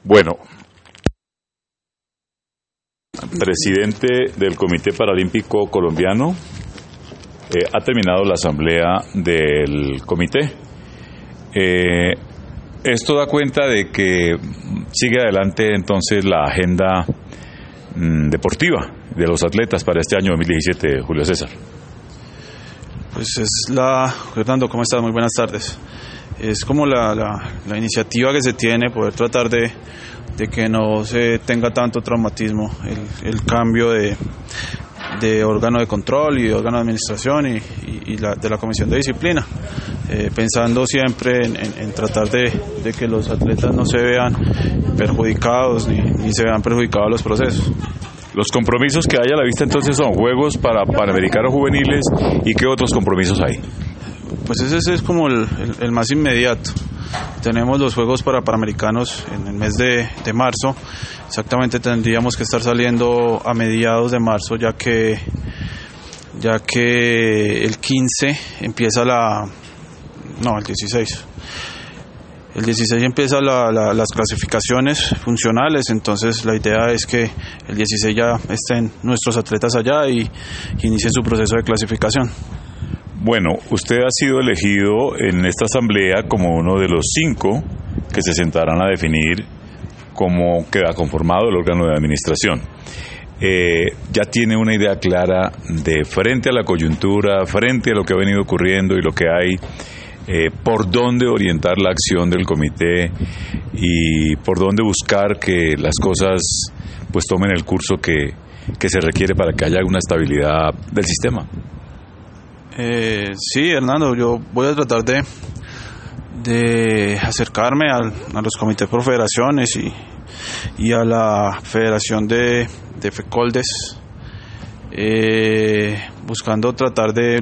Bueno, presidente del Comité Paralímpico Colombiano, ha terminado la asamblea del comité. Esto da cuenta de que sigue adelante entonces la agenda deportiva de los atletas para este año 2017, Julio César. Pues Fernando, ¿cómo estás? Muy buenas tardes. Es como la iniciativa que se tiene, poder tratar de que no se tenga tanto traumatismo, el cambio de órgano de control y de órgano de administración y de la comisión de disciplina, pensando siempre en tratar de que los atletas no se vean perjudicados ni se vean perjudicados los procesos. Los compromisos que hay a la vista entonces son Juegos para Panamericanos Juveniles, ¿y qué otros compromisos hay? Pues ese es como el más inmediato. Tenemos los Juegos para Panamericanos en el mes de marzo. Exactamente tendríamos que estar saliendo a mediados de marzo, ya que el 15 empieza el 16. El 16 empieza las clasificaciones funcionales, entonces la idea es que el 16 ya estén nuestros atletas allá y inicien su proceso de clasificación. Bueno, usted ha sido elegido en esta asamblea como uno de los 5 que se sentarán a definir cómo queda conformado el órgano de administración. Ya tiene una idea clara de frente a la coyuntura, frente a lo que ha venido ocurriendo y lo que hay, por dónde orientar la acción del comité y por dónde buscar que las cosas pues tomen el curso que se requiere para que haya una estabilidad del sistema. Sí, Hernando, yo voy a tratar de acercarme a los comités por federaciones y a la federación de FECOLDES, buscando tratar de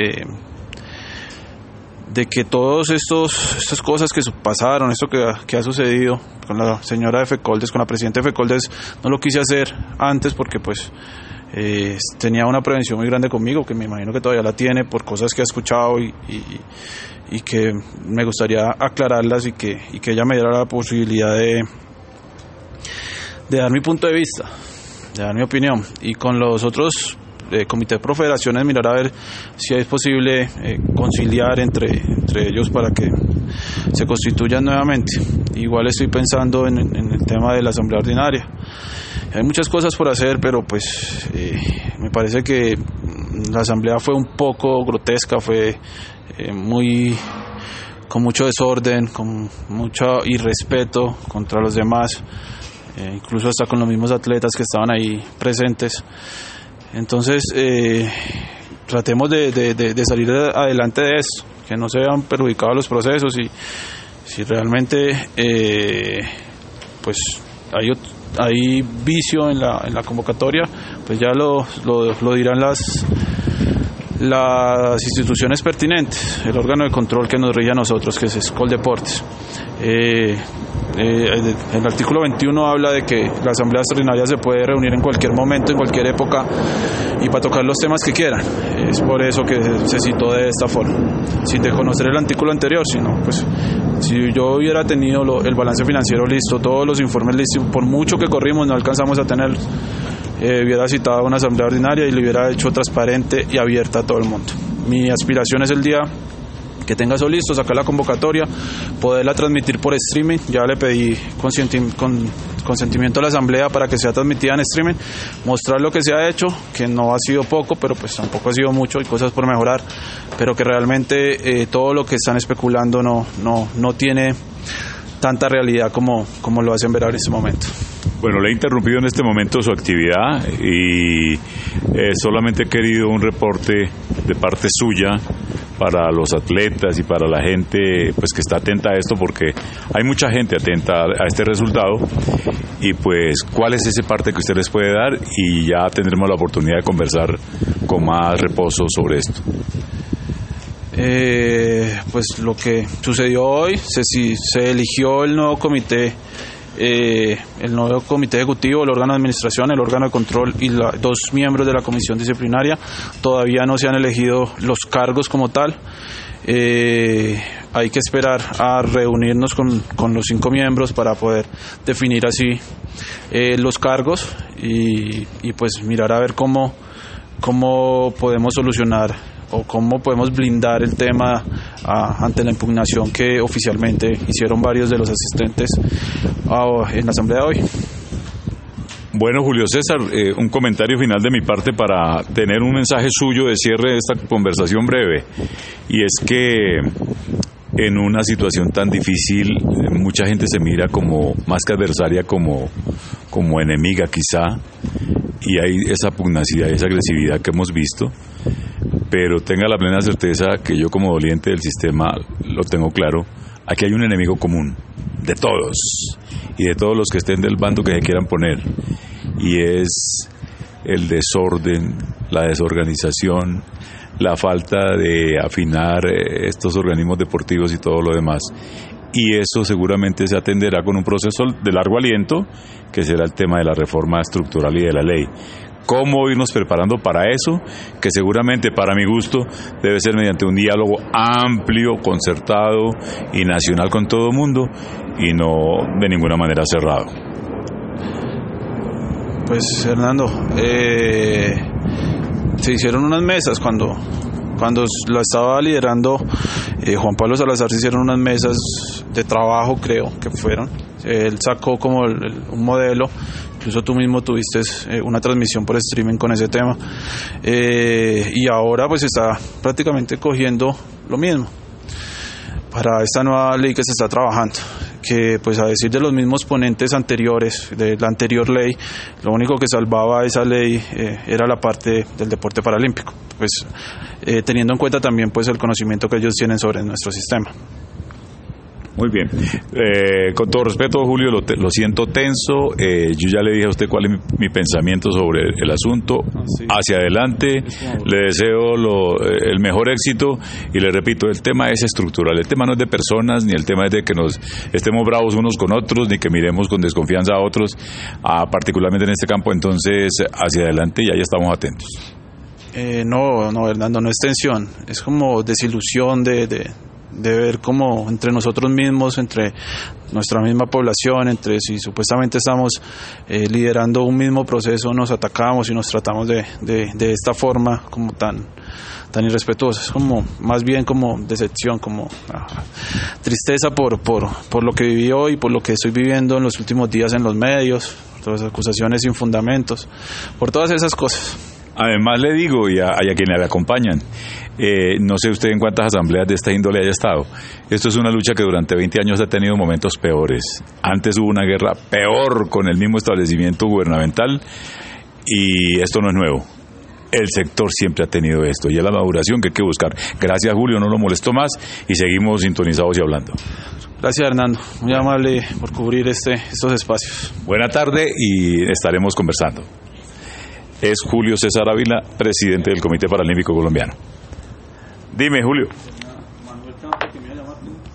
que todas estas cosas que pasaron, esto que ha sucedido con la señora de FECOLDES, con la presidenta de FECOLDES, no lo quise hacer antes porque pues tenía una prevención muy grande conmigo, que me imagino que todavía la tiene por cosas que ha escuchado y que me gustaría aclararlas y que ella me diera la posibilidad de dar mi punto de vista, de dar mi opinión, y con los otros comités por federaciones mirar a ver si es posible conciliar entre ellos para que se constituyan nuevamente. Igual estoy pensando en el tema de la asamblea ordinaria. Hay muchas cosas por hacer, pero pues me parece que la asamblea fue un poco grotesca, fue con mucho desorden, con mucho irrespeto contra los demás, incluso hasta con los mismos atletas que estaban ahí presentes. Entonces tratemos de salir adelante de esto, que no se vean perjudicados los procesos, y si realmente pues hay vicio en la convocatoria, pues ya lo dirán las instituciones pertinentes, el órgano de control que nos rige a nosotros, que es Coldeportes. El artículo 21 habla de que la asamblea extraordinaria se puede reunir en cualquier momento, en cualquier época, y para tocar los temas que quieran. Es por eso que se citó de esta forma, sin desconocer el artículo anterior, sino pues si yo hubiera tenido el balance financiero listo, todos los informes listos, por mucho que corrimos no alcanzamos a tener, hubiera citado una asamblea ordinaria y lo hubiera hecho transparente y abierta a todo el mundo. Mi aspiración es el día que tenga eso listo, sacar la convocatoria, poderla transmitir por streaming. Ya le pedí consentimiento a la asamblea para que sea transmitida en streaming, mostrar lo que se ha hecho, que no ha sido poco, pero pues tampoco ha sido mucho, hay cosas por mejorar, pero que realmente todo lo que están especulando no tiene tanta realidad como lo hacen ver en este momento. Bueno, le he interrumpido en este momento su actividad y solamente he querido un reporte de parte suya para los atletas y para la gente pues que está atenta a esto, porque hay mucha gente atenta a este resultado, y pues cuál es ese parte que usted les puede dar, y ya tendremos la oportunidad de conversar con más reposo sobre esto. Pues lo que sucedió hoy, se eligió el nuevo comité, el nuevo comité ejecutivo, el órgano de administración, el órgano de control y 2 miembros de la comisión disciplinaria. Todavía no se han elegido los cargos como tal. hay que esperar a reunirnos con los 5 miembros para poder definir así los cargos y pues mirar a ver cómo podemos solucionar o cómo podemos blindar el tema ante la impugnación que oficialmente hicieron varios de los asistentes en la asamblea de hoy. Bueno, Julio César, un comentario final de mi parte para tener un mensaje suyo de cierre de esta conversación breve, y es que en una situación tan difícil mucha gente se mira como más que adversaria, como enemiga quizá, y hay esa pugnacidad y esa agresividad que hemos visto, pero tenga la plena certeza que yo como doliente del sistema lo tengo claro, aquí hay un enemigo común de todos y de todos los que estén del bando que se quieran poner, y es el desorden, la desorganización, la falta de afinar estos organismos deportivos y todo lo demás. Y eso seguramente se atenderá con un proceso de largo aliento, que será el tema de la reforma estructural y de la ley. ¿Cómo irnos preparando para eso? Que seguramente, para mi gusto, debe ser mediante un diálogo amplio, concertado y nacional con todo el mundo, y no de ninguna manera cerrado. Pues, Hernando, se hicieron unas mesas cuando la estaba liderando Juan Pablo Salazar. Se hicieron unas mesas de trabajo, creo que fueron. Él sacó como un modelo, incluso tú mismo tuviste una transmisión por streaming con ese tema, y ahora pues está prácticamente cogiendo lo mismo para esta nueva ley que se está trabajando, que pues a decir de los mismos ponentes anteriores de la anterior ley, lo único que salvaba esa ley era la parte del deporte paralímpico, pues teniendo en cuenta también pues el conocimiento que ellos tienen sobre nuestro sistema. Muy bien, con todo respeto, Julio, lo siento tenso, yo ya le dije a usted cuál es mi pensamiento sobre el asunto. Sí. Hacia adelante, le deseo el mejor éxito, y le repito, el tema es estructural, el tema no es de personas, ni el tema es de que nos estemos bravos unos con otros, ni que miremos con desconfianza a otros, particularmente en este campo. Entonces, hacia adelante, ya estamos atentos. No, Hernando, no es tensión, es como desilusión de ver cómo entre nosotros mismos, entre nuestra misma población, entre si supuestamente estamos liderando un mismo proceso, nos atacamos y nos tratamos de esta forma como tan irrespetuosa. Es como más bien como decepción, como tristeza por lo que viví hoy, por lo que estoy viviendo en los últimos días en los medios, por todas las acusaciones sin fundamentos, por todas esas cosas. Además le digo, y a quienes le acompañan, no sé usted en cuántas asambleas de esta índole haya estado. Esto es una lucha que durante 20 años ha tenido momentos peores. Antes hubo una guerra peor con el mismo establecimiento gubernamental, y esto no es nuevo. El sector siempre ha tenido esto, y es la maduración que hay que buscar. Gracias, Julio, no lo molesto más, y seguimos sintonizados y hablando. Gracias, Hernando, muy amable por cubrir estos espacios. Buena tarde, y estaremos conversando. Es Julio César Ávila, presidente del Comité Paralímpico Colombiano. Dime, Julio.